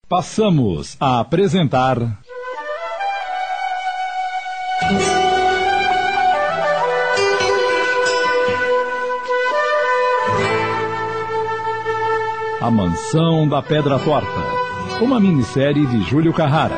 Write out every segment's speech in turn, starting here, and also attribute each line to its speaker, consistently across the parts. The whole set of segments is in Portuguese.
Speaker 1: Passamos a apresentar... A Mansão da Pedra Torta, uma minissérie de Júlio Carrara.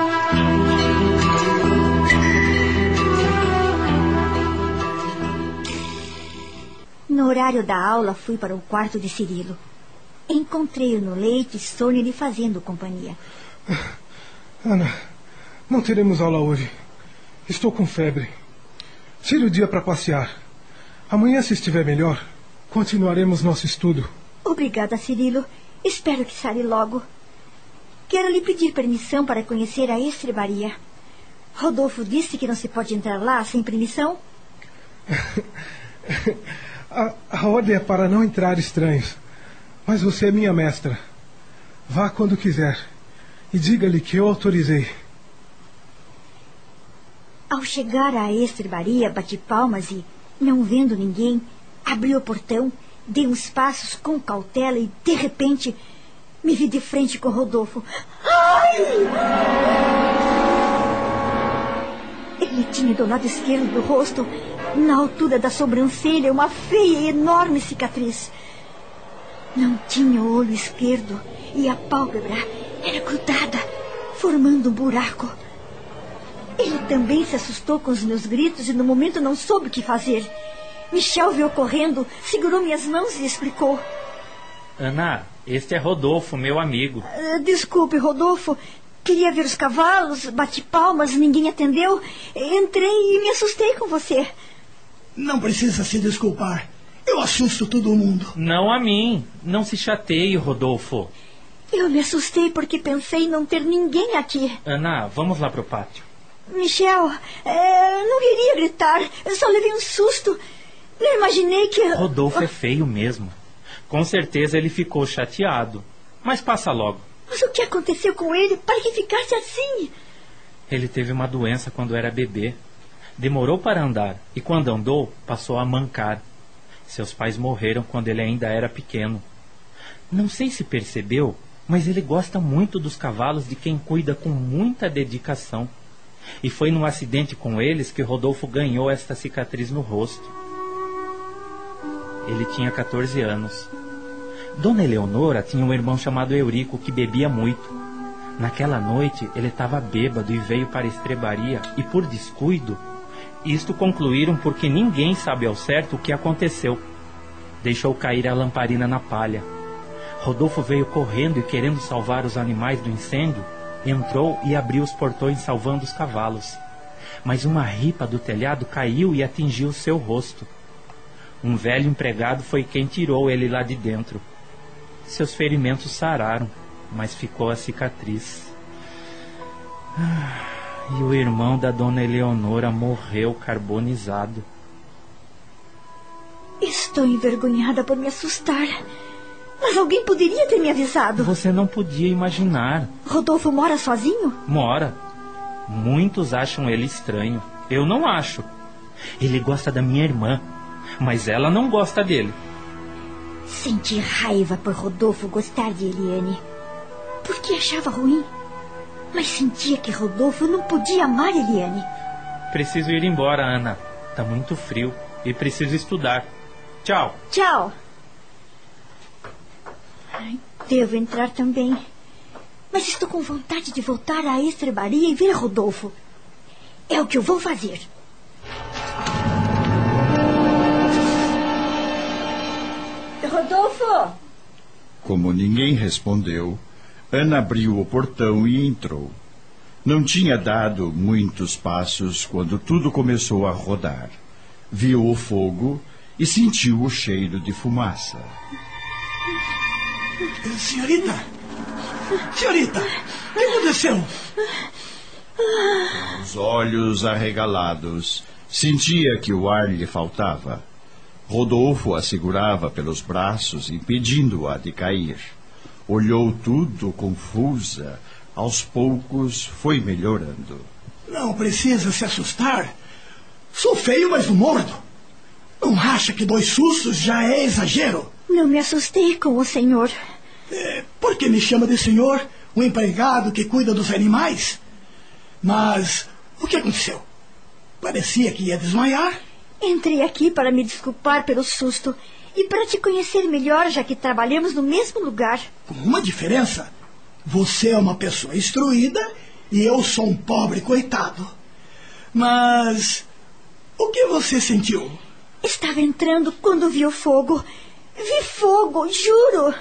Speaker 2: No horário da aula, fui para o quarto de Cirilo. Encontrei-o no leito e sonho lhe fazendo companhia.
Speaker 3: Ana, não teremos aula hoje. Estou com febre. Tire o dia para passear. Amanhã, se estiver melhor, continuaremos nosso estudo.
Speaker 2: Obrigada, Cirilo. Espero que saia logo. Quero lhe pedir permissão para conhecer a estrebaria. Rodolfo disse que não se pode entrar lá sem permissão?
Speaker 3: A ordem é para não entrar estranhos. Mas você é minha mestra. Vá quando quiser. E diga-lhe que eu autorizei.
Speaker 2: Ao chegar à estrebaria, bati palmas e, não vendo ninguém, abri o portão, dei uns passos com cautela e, de repente, me vi de frente com Rodolfo. Ai! Ele tinha do lado esquerdo do rosto, na altura da sobrancelha, uma feia e enorme cicatriz. Não tinha o olho esquerdo e a pálpebra era grudada, formando um buraco. Ele também se assustou com os meus gritos e no momento não soube o que fazer. Michel veio correndo, segurou minhas mãos e explicou.
Speaker 4: Ana, este é Rodolfo, meu amigo.
Speaker 2: Desculpe, Rodolfo. Queria ver os cavalos, bati palmas, ninguém atendeu. Entrei e me assustei com você.
Speaker 5: Não precisa se desculpar. Eu assusto todo mundo.
Speaker 4: Não a mim. Não se chateie, Rodolfo.
Speaker 2: Eu me assustei porque pensei não ter ninguém aqui.
Speaker 4: Ana, vamos lá pro pátio.
Speaker 2: Michel, não queria gritar. Eu só levei um susto. Não imaginei que...
Speaker 4: Rodolfo é feio mesmo. Com certeza ele ficou chateado. Mas passa logo.
Speaker 2: Mas o que aconteceu com ele para que ficasse assim?
Speaker 4: Ele teve uma doença quando era bebê. Demorou para andar e quando andou, passou a mancar. Seus pais morreram quando ele ainda era pequeno. Não sei se percebeu, mas ele gosta muito dos cavalos de quem cuida com muita dedicação. E foi num acidente com eles que Rodolfo ganhou esta cicatriz no rosto. Ele tinha 14 anos. Dona Eleonora tinha um irmão chamado Eurico que bebia muito. Naquela noite ele estava bêbado e veio para a estrebaria e por descuido, isto concluíram porque ninguém sabe ao certo o que aconteceu. Deixou cair a lamparina na palha. Rodolfo veio correndo e querendo salvar os animais do incêndio, entrou e abriu os portões salvando os cavalos. Mas uma ripa do telhado caiu e atingiu seu rosto. Um velho empregado foi quem tirou ele lá de dentro. Seus ferimentos sararam, mas ficou a cicatriz. E o irmão da dona Eleonora morreu carbonizado.
Speaker 2: Estou envergonhada por me assustar. Mas alguém poderia ter me avisado.
Speaker 4: Você não podia imaginar.
Speaker 2: Rodolfo mora sozinho?
Speaker 4: Mora. Muitos acham ele estranho. Eu não acho. Ele gosta da minha irmã, mas ela não gosta dele.
Speaker 2: Senti raiva por Rodolfo gostar de Eliane. Porque achava ruim. Mas sentia que Rodolfo não podia amar Eliane.
Speaker 4: Preciso ir embora, Ana. Tá muito frio e preciso estudar. Tchau.
Speaker 2: Tchau. Devo entrar também. Mas estou com vontade de voltar à estrebaria e ver Rodolfo. É o que eu vou fazer. Rodolfo!
Speaker 6: Como ninguém respondeu, Ana abriu o portão e entrou. Não tinha dado muitos passos quando tudo começou a rodar. Viu o fogo e sentiu o cheiro de fumaça.
Speaker 5: Senhorita! Senhorita! O que aconteceu?
Speaker 6: Com os olhos arregalados, sentia que o ar lhe faltava. Rodolfo a segurava pelos braços, impedindo-a de cair. Olhou tudo confusa. Aos poucos foi melhorando.
Speaker 5: Não precisa se assustar. Sou feio, mas não mordo. Não acha que 2 sustos já é exagero?
Speaker 2: Não me assustei com o senhor.
Speaker 5: Por que me chama de senhor? o empregado que cuida dos animais. Mas o que aconteceu? Parecia que ia desmaiar.
Speaker 2: Entrei aqui para me desculpar pelo susto e para te conhecer melhor, já que trabalhamos no mesmo lugar.
Speaker 5: Com uma diferença. Você é uma pessoa instruída e eu sou um pobre coitado. Mas o que você sentiu?
Speaker 2: Estava entrando quando vi o fogo. Vi fogo, juro.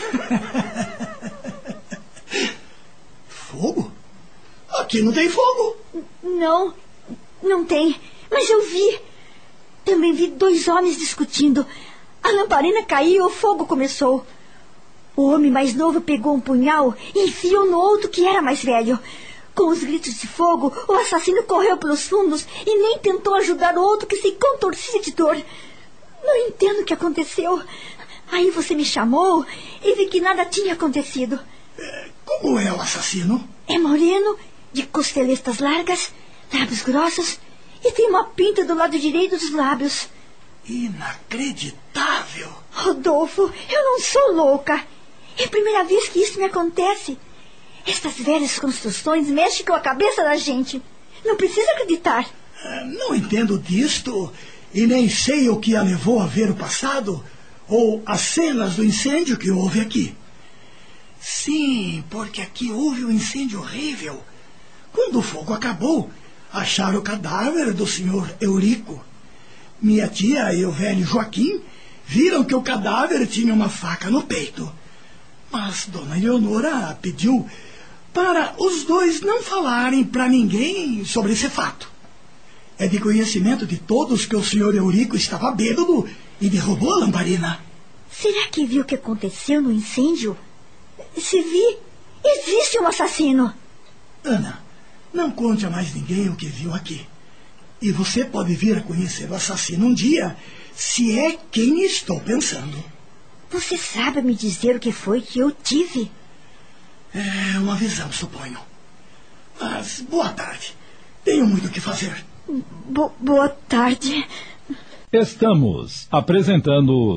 Speaker 5: Fogo? Aqui não tem fogo.
Speaker 2: Não, não tem. Mas eu vi. Também vi 2 homens discutindo. A lamparina caiu e o fogo começou. O homem mais novo pegou um punhal e enfiou no outro que era mais velho. Com os gritos de fogo, o assassino correu pelos fundos e nem tentou ajudar o outro que se contorcia de dor. Não entendo o que aconteceu. Aí você me chamou e vi que nada tinha acontecido.
Speaker 5: Como é o assassino?
Speaker 2: É moreno, de costeletas largas, lábios grossos e tem uma pinta do lado direito dos lábios.
Speaker 5: Inacreditável!
Speaker 2: Rodolfo, eu não sou louca. É a primeira vez que isso me acontece. Estas velhas construções mexem com a cabeça da gente. Não precisa acreditar.
Speaker 5: Não entendo disto e nem sei o que a levou a ver o passado ou as cenas do incêndio que houve aqui. Sim, porque aqui houve um incêndio horrível. Quando o fogo acabou, acharam o cadáver do senhor Eurico. Minha tia e o velho Joaquim viram que o cadáver tinha uma faca no peito. Mas Dona Eleonora pediu para os dois não falarem para ninguém sobre esse fato. É de conhecimento de todos que o senhor Eurico estava bêbado e derrubou a lamparina.
Speaker 2: Será que viu o que aconteceu no incêndio? Se vi, existe um assassino.
Speaker 5: Ana, não conte a mais ninguém o que viu aqui. E você pode vir a conhecer o assassino um dia, se é quem estou pensando.
Speaker 2: Você sabe me dizer o que foi que eu tive?
Speaker 5: É uma visão, suponho. Mas boa tarde. Tenho muito o que fazer.
Speaker 2: Boa tarde.
Speaker 1: Estamos apresentando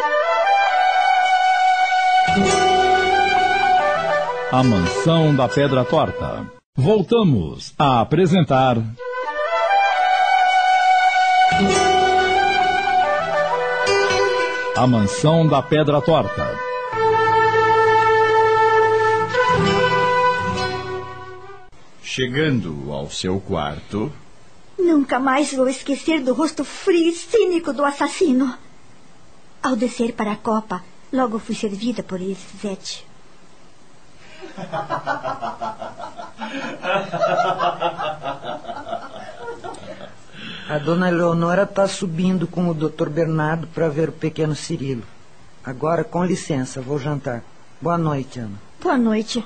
Speaker 1: A Mansão da Pedra Torta. Voltamos a apresentar A Mansão da Pedra Torta.
Speaker 6: Chegando ao seu quarto...
Speaker 2: Nunca mais vou esquecer do rosto frio e cínico do assassino. Ao descer para a copa, logo fui servida por Elisete.
Speaker 7: A dona Eleonora está subindo com o Dr. Bernardo para ver o pequeno Cirilo. Agora, com licença, vou jantar. Boa noite, Ana.
Speaker 2: Boa noite.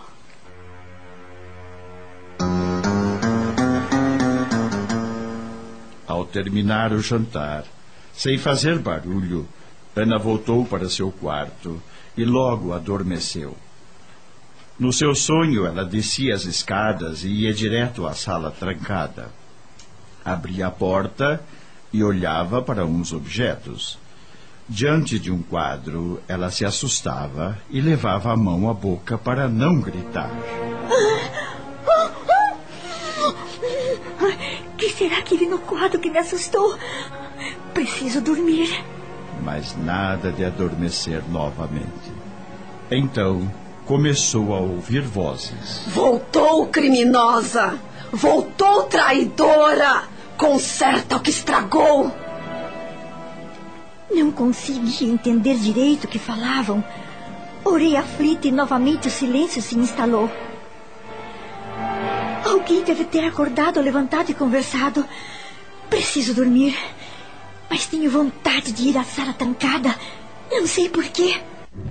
Speaker 6: Ao terminar o jantar, sem fazer barulho, Ana voltou para seu quarto e logo adormeceu. No seu sonho, ela descia as escadas e ia direto à sala trancada. Abria a porta e olhava para uns objetos. Diante de um quadro, ela se assustava e levava a mão à boca para não gritar.
Speaker 2: Que será que vi no quadro que me assustou? Preciso dormir.
Speaker 6: Mas nada de adormecer novamente. Então, começou a ouvir vozes.
Speaker 8: Voltou, criminosa! Voltou, traidora! Conserta o que estragou!
Speaker 2: Não consegui entender direito o que falavam. Orei aflita e novamente o silêncio se instalou. Alguém deve ter acordado, levantado e conversado. Preciso dormir. Mas tenho vontade de ir à sala trancada. Não sei porquê.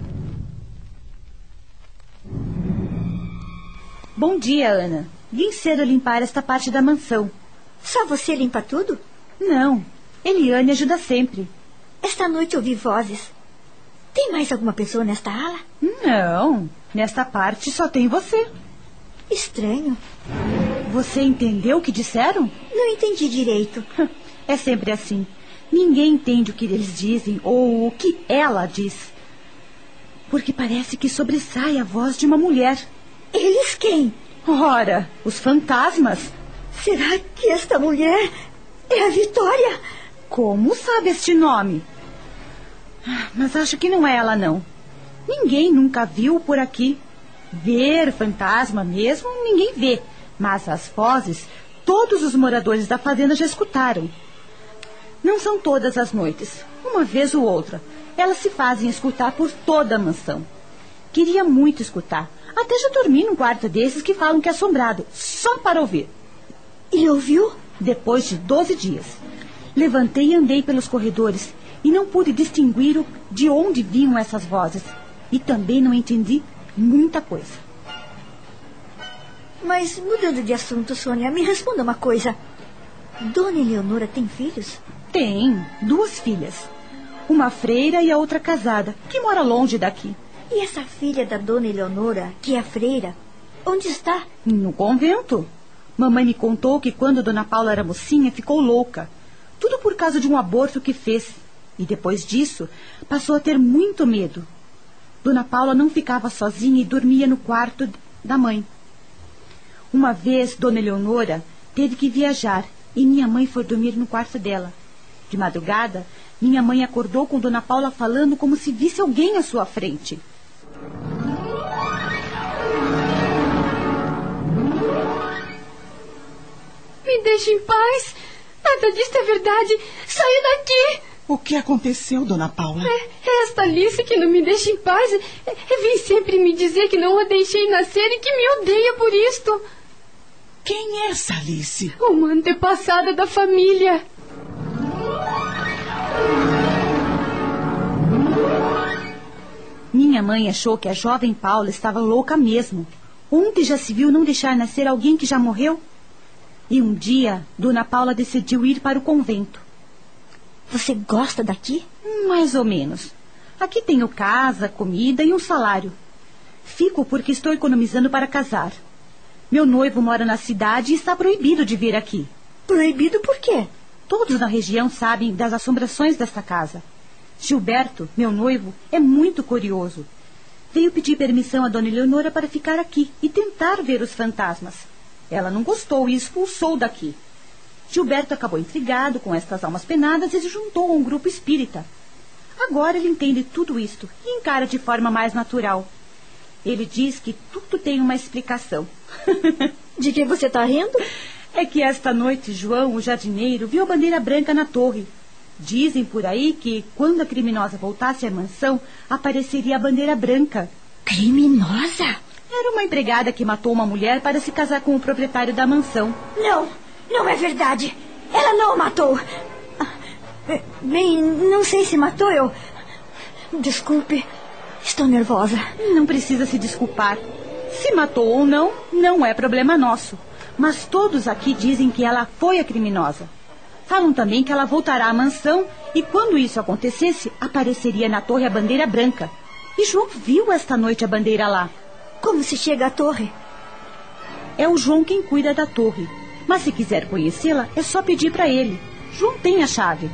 Speaker 9: Bom dia, Ana. Vim cedo limpar esta parte da mansão.
Speaker 2: Só você limpa tudo?
Speaker 9: Não. Eliane ajuda sempre.
Speaker 2: Esta noite ouvi vozes. Tem mais alguma pessoa nesta ala?
Speaker 9: Não. Nesta parte só tem você.
Speaker 2: Estranho.
Speaker 9: Você entendeu o que disseram?
Speaker 2: Não entendi direito.
Speaker 9: É sempre assim. Ninguém entende o que eles dizem ou o que ela diz. Porque parece que sobressai a voz de uma mulher.
Speaker 2: Eles quem?
Speaker 9: Ora, os fantasmas.
Speaker 2: Será que esta mulher é a Vitória?
Speaker 9: Como sabe este nome? Mas acho que não é ela, não. Ninguém nunca viu por aqui. Ver fantasma mesmo, ninguém vê. Mas as vozes, todos os moradores da fazenda já escutaram. Não são todas as noites. Uma vez ou outra, elas se fazem escutar por toda a mansão. Queria muito escutar. Até já dormi num quarto desses que falam que é assombrado, só para ouvir.
Speaker 2: E ouviu?
Speaker 9: Depois de 12 dias. Levantei e andei pelos corredores e não pude distinguir de onde vinham essas vozes. E também não entendi muita coisa.
Speaker 2: Mas, mudando de assunto, Sônia, me responda uma coisa. Dona Eleonora tem filhos?
Speaker 9: Tem 2 filhas. Uma freira e a outra casada, que mora longe daqui.
Speaker 2: E essa filha da Dona Eleonora, que é a freira, onde está?
Speaker 9: No convento. Mamãe me contou que quando Dona Paula era mocinha, ficou louca. Tudo por causa de um aborto que fez. E depois disso, passou a ter muito medo. Dona Paula não ficava sozinha e dormia no quarto da mãe. Uma vez, Dona Eleonora teve que viajar e minha mãe foi dormir no quarto dela. De madrugada, minha mãe acordou com Dona Paula falando como se visse alguém à sua frente.
Speaker 8: Me deixe em paz. Nada disso é verdade. Saia daqui.
Speaker 10: O que aconteceu, Dona Paula?
Speaker 8: É esta Alice que não me deixa em paz. Vem sempre me dizer que não a deixei nascer e que me odeia por isto.
Speaker 10: Quem é essa Alice?
Speaker 8: Uma antepassada da família.
Speaker 9: Minha mãe achou que a jovem Paula estava louca mesmo. Onde já se viu não deixar nascer alguém que já morreu? E um dia, Dona Paula decidiu ir para o convento.
Speaker 2: Você gosta daqui?
Speaker 9: Mais ou menos. Aqui tenho casa, comida e um salário. Fico porque estou economizando para casar. Meu noivo mora na cidade e está proibido de vir aqui.
Speaker 2: Proibido por quê?
Speaker 9: Todos na região sabem das assombrações desta casa. Gilberto, meu noivo, é muito curioso. Veio pedir permissão a Dona Eleonora para ficar aqui e tentar ver os fantasmas. Ela não gostou e expulsou daqui. Gilberto acabou intrigado com estas almas penadas e se juntou a um grupo espírita. Agora ele entende tudo isto e encara de forma mais natural. Ele diz que tudo tem uma explicação.
Speaker 2: De que você está rindo?
Speaker 9: É que esta noite João, o jardineiro, viu a bandeira branca na torre. Dizem por aí que, quando a criminosa voltasse à mansão, apareceria a bandeira branca.
Speaker 2: Criminosa?
Speaker 9: Era uma empregada que matou uma mulher para se casar com o proprietário da mansão.
Speaker 2: Não é verdade. Ela não a matou. Bem, não sei se matou, eu... Desculpe, estou nervosa.
Speaker 9: Não precisa se desculpar. Se matou ou não, não é problema nosso. Mas todos aqui dizem que ela foi a criminosa. Falam também que ela voltará à mansão e quando isso acontecesse, apareceria na torre a bandeira branca. E João viu esta noite a bandeira lá.
Speaker 2: Como se chega à torre?
Speaker 9: É o João quem cuida da torre. Mas se quiser conhecê-la, é só pedir para ele. João tem a chave.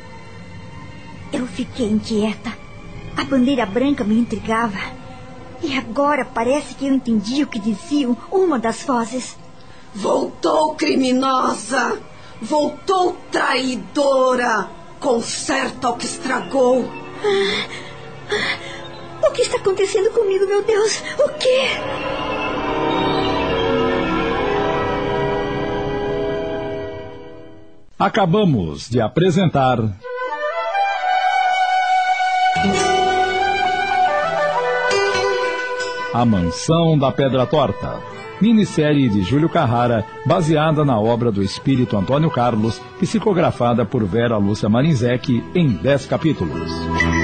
Speaker 2: Eu fiquei inquieta. A bandeira branca me intrigava. E agora parece que eu entendi o que diziam uma das vozes.
Speaker 8: Voltou, criminosa! Voltou, traidora! Conserta o que estragou!
Speaker 2: O que está acontecendo comigo, meu Deus? O quê?
Speaker 1: Acabamos de apresentar... A Mansão da Pedra Torta, minissérie de Júlio Carrara, baseada na obra do espírito Antônio Carlos, psicografada por Vera Lúcia Marinzec em 10 capítulos.